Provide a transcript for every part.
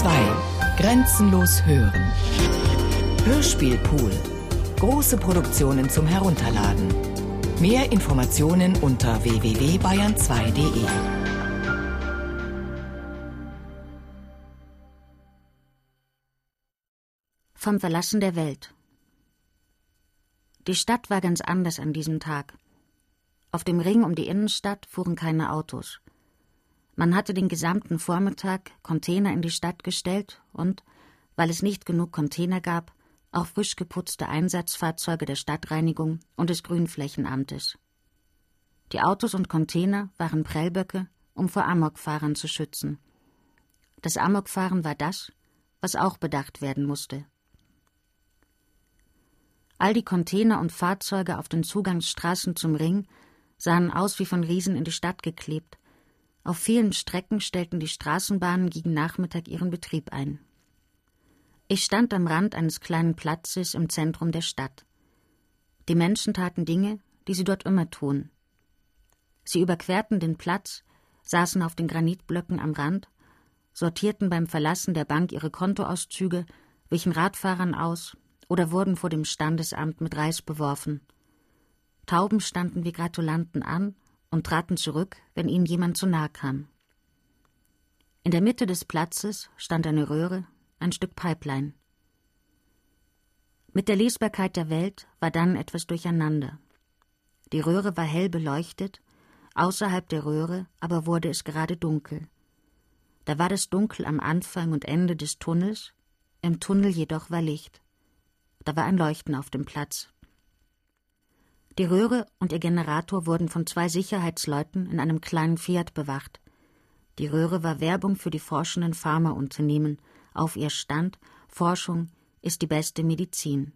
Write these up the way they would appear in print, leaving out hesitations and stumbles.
2. Grenzenlos hören. Hörspielpool. Große Produktionen zum Herunterladen. Mehr Informationen unter www.bayern2.de. Vom Verlassen der Welt. Die Stadt war ganz anders an diesem Tag. Auf dem Ring um die Innenstadt fuhren keine Autos. Man hatte den gesamten Vormittag Container in die Stadt gestellt und, weil es nicht genug Container gab, auch frisch geputzte Einsatzfahrzeuge der Stadtreinigung und des Grünflächenamtes. Die Autos und Container waren Prellböcke, um vor Amokfahrern zu schützen. Das Amokfahren war das, was auch bedacht werden musste. All die Container und Fahrzeuge auf den Zugangsstraßen zum Ring sahen aus wie von Riesen in die Stadt geklebt. Auf vielen Strecken stellten die Straßenbahnen gegen Nachmittag ihren Betrieb ein. Ich stand am Rand eines kleinen Platzes im Zentrum der Stadt. Die Menschen taten Dinge, die sie dort immer tun. Sie überquerten den Platz, saßen auf den Granitblöcken am Rand, sortierten beim Verlassen der Bank ihre Kontoauszüge, wichen Radfahrern aus oder wurden vor dem Standesamt mit Reis beworfen. Tauben standen wie Gratulanten an und traten zurück, wenn ihnen jemand zu nahe kam. In der Mitte des Platzes stand eine Röhre, ein Stück Pipeline. Mit der Lesbarkeit der Welt war dann etwas durcheinander. Die Röhre war hell beleuchtet, außerhalb der Röhre aber wurde es gerade dunkel. Da war das Dunkel am Anfang und Ende des Tunnels, im Tunnel jedoch war Licht. Da war ein Leuchten auf dem Platz. Die Röhre und ihr Generator wurden von 2 Sicherheitsleuten in einem kleinen Fiat bewacht. Die Röhre war Werbung für die forschenden Pharmaunternehmen. Auf ihr stand: Forschung ist die beste Medizin.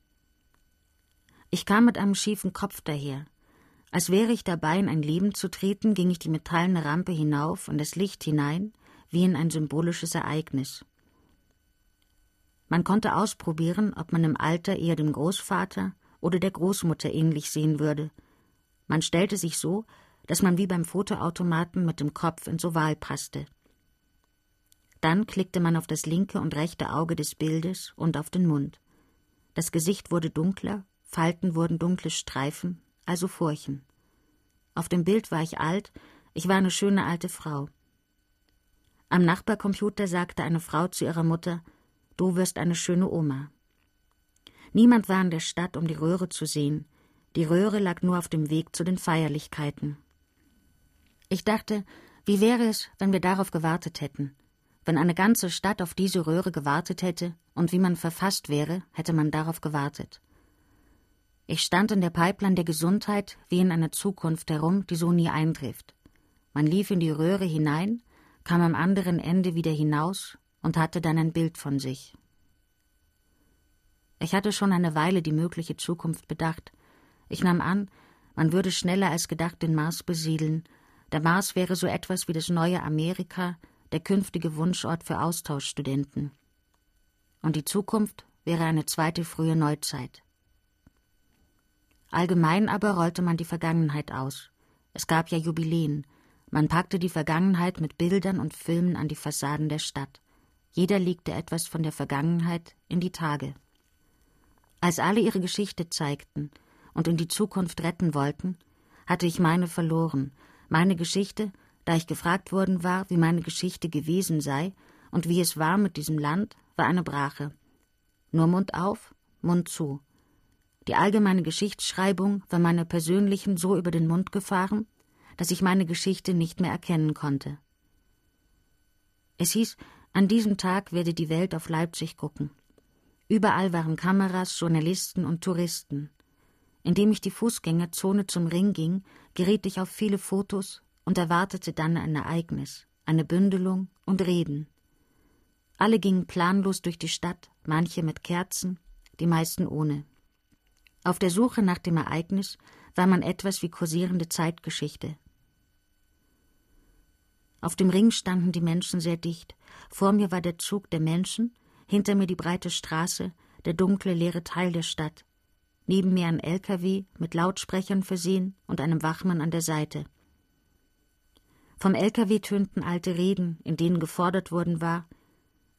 Ich kam mit einem schiefen Kopf daher. Als wäre ich dabei, in ein Leben zu treten, ging ich die metallene Rampe hinauf in das Licht hinein, wie in ein symbolisches Ereignis. Man konnte ausprobieren, ob man im Alter eher dem Großvater oder der Großmutter ähnlich sehen würde. Man stellte sich so, dass man wie beim Fotoautomaten mit dem Kopf ins Oval passte. Dann klickte man auf das linke und rechte Auge des Bildes und auf den Mund. Das Gesicht wurde dunkler, Falten wurden dunkle Streifen, also Furchen. Auf dem Bild war ich alt, ich war eine schöne alte Frau. Am Nachbarcomputer sagte eine Frau zu ihrer Mutter: »Du wirst eine schöne Oma.« Niemand war in der Stadt, um die Röhre zu sehen. Die Röhre lag nur auf dem Weg zu den Feierlichkeiten. Ich dachte, wie wäre es, wenn wir darauf gewartet hätten? Wenn eine ganze Stadt auf diese Röhre gewartet hätte und wie man verfasst wäre, hätte man darauf gewartet. Ich stand in der Pipeline der Gesundheit wie in einer Zukunft herum, die so nie eintrifft. Man lief in die Röhre hinein, kam am anderen Ende wieder hinaus und hatte dann ein Bild von sich. Ich hatte schon eine Weile die mögliche Zukunft bedacht. Ich nahm an, man würde schneller als gedacht den Mars besiedeln. Der Mars wäre so etwas wie das neue Amerika, der künftige Wunschort für Austauschstudenten. Und die Zukunft wäre eine zweite frühe Neuzeit. Allgemein aber rollte man die Vergangenheit aus. Es gab ja Jubiläen. Man packte die Vergangenheit mit Bildern und Filmen an die Fassaden der Stadt. Jeder legte etwas von der Vergangenheit in die Tage. Als alle ihre Geschichte zeigten und in die Zukunft retten wollten, hatte ich meine verloren. Meine Geschichte, da ich gefragt worden war, wie meine Geschichte gewesen sei und wie es war mit diesem Land, war eine Brache. Nur Mund auf, Mund zu. Die allgemeine Geschichtsschreibung war meiner persönlichen so über den Mund gefahren, dass ich meine Geschichte nicht mehr erkennen konnte. Es hieß, an diesem Tag werde die Welt auf Leipzig gucken. Überall waren Kameras, Journalisten und Touristen. Indem ich die Fußgängerzone zum Ring ging, geriet ich auf viele Fotos und erwartete dann ein Ereignis, eine Bündelung und Reden. Alle gingen planlos durch die Stadt, manche mit Kerzen, die meisten ohne. Auf der Suche nach dem Ereignis war man etwas wie kursierende Zeitgeschichte. Auf dem Ring standen die Menschen sehr dicht. Vor mir war der Zug der Menschen, hinter mir die breite Straße, der dunkle, leere Teil der Stadt. Neben mir ein LKW mit Lautsprechern versehen und einem Wachmann an der Seite. Vom LKW tönten alte Reden, in denen gefordert worden war: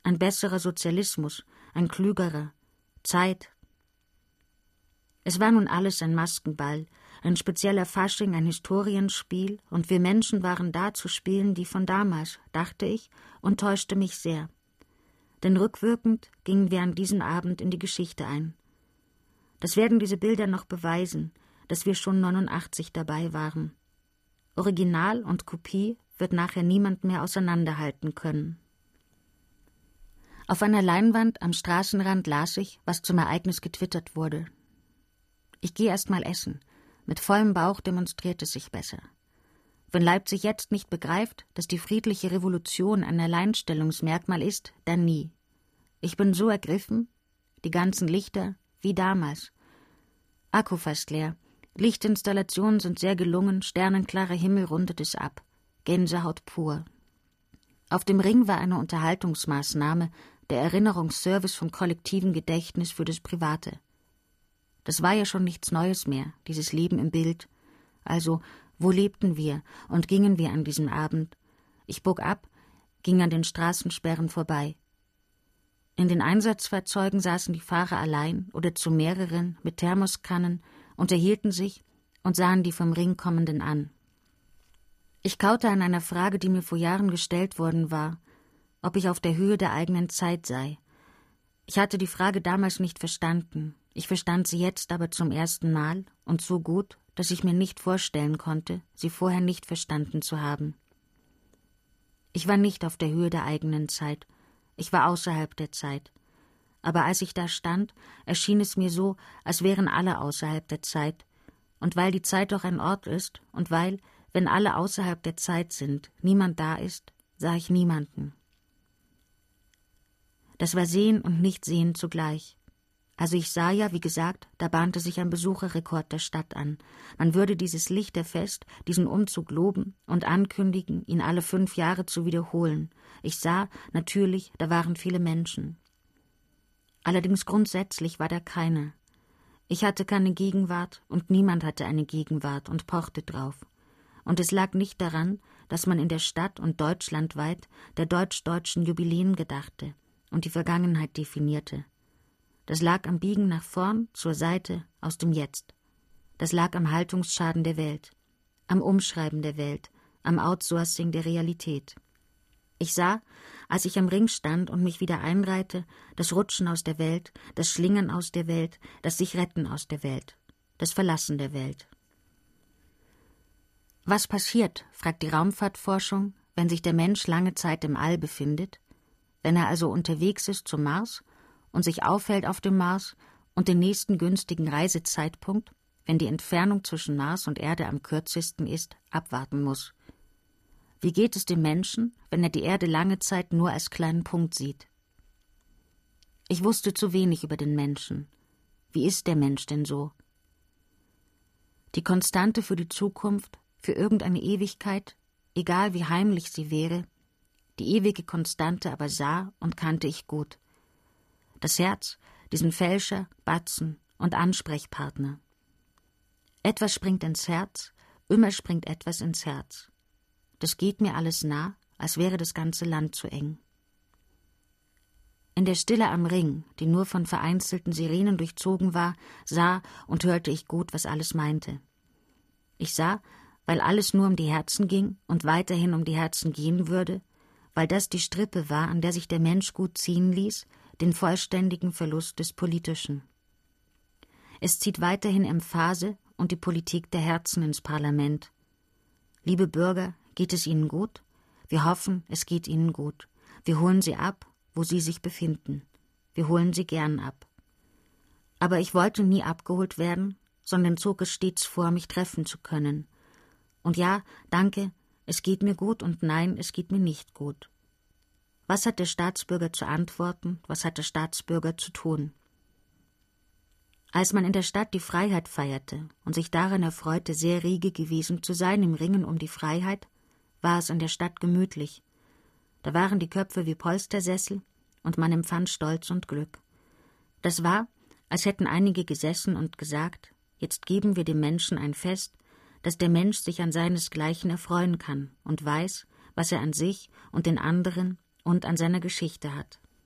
Ein besserer Sozialismus, ein klügerer, Zeit. Es war nun alles ein Maskenball, ein spezieller Fasching, ein Historienspiel, und wir Menschen waren da zu spielen, die von damals, dachte ich, und täuschte mich sehr. Denn rückwirkend gingen wir an diesem Abend in die Geschichte ein. Das werden diese Bilder noch beweisen, dass wir schon 89 dabei waren. Original und Kopie wird nachher niemand mehr auseinanderhalten können. Auf einer Leinwand am Straßenrand las ich, was zum Ereignis getwittert wurde. Ich gehe erst mal essen. Mit vollem Bauch demonstriert es sich besser. Wenn Leipzig jetzt nicht begreift, dass die friedliche Revolution ein Alleinstellungsmerkmal ist, dann nie. Ich bin so ergriffen, die ganzen Lichter, wie damals. Akku fast leer, Lichtinstallationen sind sehr gelungen, sternenklarer Himmel rundet es ab. Gänsehaut pur. Auf dem Ring war eine Unterhaltungsmaßnahme, der Erinnerungsservice vom kollektiven Gedächtnis für das Private. Das war ja schon nichts Neues mehr, dieses Leben im Bild. Also, wo lebten wir und gingen wir an diesem Abend? Ich bog ab, ging an den Straßensperren vorbei. In den Einsatzfahrzeugen saßen die Fahrer allein oder zu mehreren mit Thermoskannen, unterhielten sich und sahen die vom Ring kommenden an. Ich kaute an einer Frage, die mir vor Jahren gestellt worden war, ob ich auf der Höhe der eigenen Zeit sei. Ich hatte die Frage damals nicht verstanden. Ich verstand sie jetzt aber zum ersten Mal und so gut, dass ich mir nicht vorstellen konnte, sie vorher nicht verstanden zu haben. Ich war nicht auf der Höhe der eigenen Zeit, ich war außerhalb der Zeit. Aber als ich da stand, erschien es mir so, als wären alle außerhalb der Zeit. Und weil die Zeit doch ein Ort ist und weil, wenn alle außerhalb der Zeit sind, niemand da ist, sah ich niemanden. Das war Sehen und Nichtsehen zugleich. Also ich sah ja, wie gesagt, da bahnte sich ein Besucherrekord der Stadt an. Man würde dieses Lichterfest, diesen Umzug loben und ankündigen, ihn alle 5 Jahre zu wiederholen. Ich sah, natürlich, da waren viele Menschen. Allerdings grundsätzlich war da keiner. Ich hatte keine Gegenwart und niemand hatte eine Gegenwart und pochte drauf. Und es lag nicht daran, dass man in der Stadt und deutschlandweit der deutsch-deutschen Jubiläen gedachte und die Vergangenheit definierte. Das lag am Biegen nach vorn, zur Seite, aus dem Jetzt. Das lag am Haltungsschaden der Welt, am Umschreiben der Welt, am Outsourcing der Realität. Ich sah, als ich am Ring stand und mich wieder einreihte, das Rutschen aus der Welt, das Schlingern aus der Welt, das Sich-Retten aus der Welt, das Verlassen der Welt. Was passiert, fragt die Raumfahrtforschung, wenn sich der Mensch lange Zeit im All befindet, wenn er also unterwegs ist zum Mars und sich aufhält auf dem Mars und den nächsten günstigen Reisezeitpunkt, wenn die Entfernung zwischen Mars und Erde am kürzesten ist, abwarten muss. Wie geht es dem Menschen, wenn er die Erde lange Zeit nur als kleinen Punkt sieht? Ich wusste zu wenig über den Menschen. Wie ist der Mensch denn so? Die Konstante für die Zukunft, für irgendeine Ewigkeit, egal wie heimlich sie wäre, die ewige Konstante aber sah und kannte ich gut. Das Herz, diesen Fälscher, Batzen und Ansprechpartner. Etwas springt ins Herz, immer springt etwas ins Herz. Das geht mir alles nah, als wäre das ganze Land zu eng. In der Stille am Ring, die nur von vereinzelten Sirenen durchzogen war, sah und hörte ich gut, was alles meinte. Ich sah, weil alles nur um die Herzen ging und weiterhin um die Herzen gehen würde, weil das die Strippe war, an der sich der Mensch gut ziehen ließ, den vollständigen Verlust des Politischen. Es zieht weiterhin Emphase und die Politik der Herzen ins Parlament. Liebe Bürger, geht es Ihnen gut? Wir hoffen, es geht Ihnen gut. Wir holen Sie ab, wo Sie sich befinden. Wir holen Sie gern ab. Aber ich wollte nie abgeholt werden, sondern zog es stets vor, mich treffen zu können. Und ja, danke, es geht mir gut und nein, es geht mir nicht gut. Was hat der Staatsbürger zu antworten, was hat der Staatsbürger zu tun? Als man in der Stadt die Freiheit feierte und sich daran erfreute, sehr rege gewesen zu sein im Ringen um die Freiheit, war es in der Stadt gemütlich. Da waren die Köpfe wie Polstersessel und man empfand Stolz und Glück. Das war, als hätten einige gesessen und gesagt, jetzt geben wir dem Menschen ein Fest, dass der Mensch sich an seinesgleichen erfreuen kann und weiß, was er an sich und den anderen und an seiner Geschichte hat.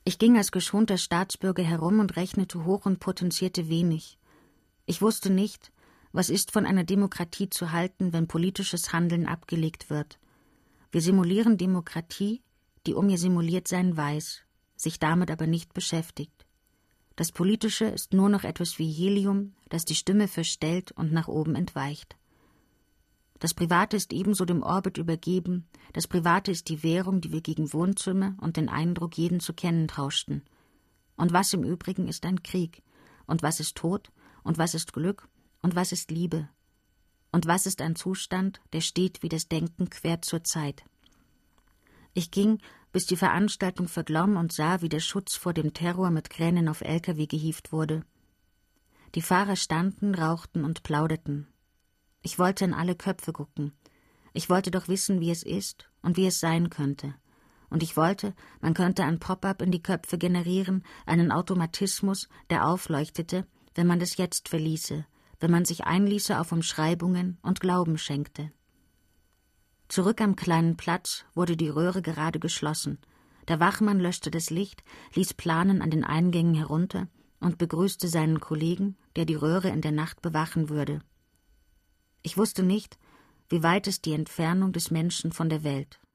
Ich ging als geschonter Staatsbürger herum und rechnete hoch und potenzierte wenig. Ich wusste nicht, was ist von einer Demokratie zu halten, wenn politisches Handeln abgelegt wird. Wir simulieren Demokratie, die um ihr simuliert sein weiß, sich damit aber nicht beschäftigt. Das Politische ist nur noch etwas wie Helium, das die Stimme verstellt und nach oben entweicht. Das Private ist ebenso dem Orbit übergeben, das Private ist die Währung, die wir gegen Wohnzimmer und den Eindruck, jeden zu kennen, tauschten. Und was im Übrigen ist ein Krieg? Und was ist Tod? Und was ist Glück? Und was ist Liebe? Und was ist ein Zustand, der steht wie das Denken quer zur Zeit? Ich ging, bis die Veranstaltung verglomm und sah, wie der Schutz vor dem Terror mit Kränen auf LKW gehievt wurde. Die Fahrer standen, rauchten und plauderten. Ich wollte in alle Köpfe gucken. Ich wollte doch wissen, wie es ist und wie es sein könnte. Und ich wollte, man könnte ein Pop-up in die Köpfe generieren, einen Automatismus, der aufleuchtete, wenn man das Jetzt verließe, wenn man sich einließe auf Umschreibungen und Glauben schenkte. Zurück am kleinen Platz wurde die Röhre gerade geschlossen. Der Wachmann löschte das Licht, ließ Planen an den Eingängen herunter und begrüßte seinen Kollegen, der die Röhre in der Nacht bewachen würde. Ich wusste nicht, wie weit ist die Entfernung des Menschen von der Welt.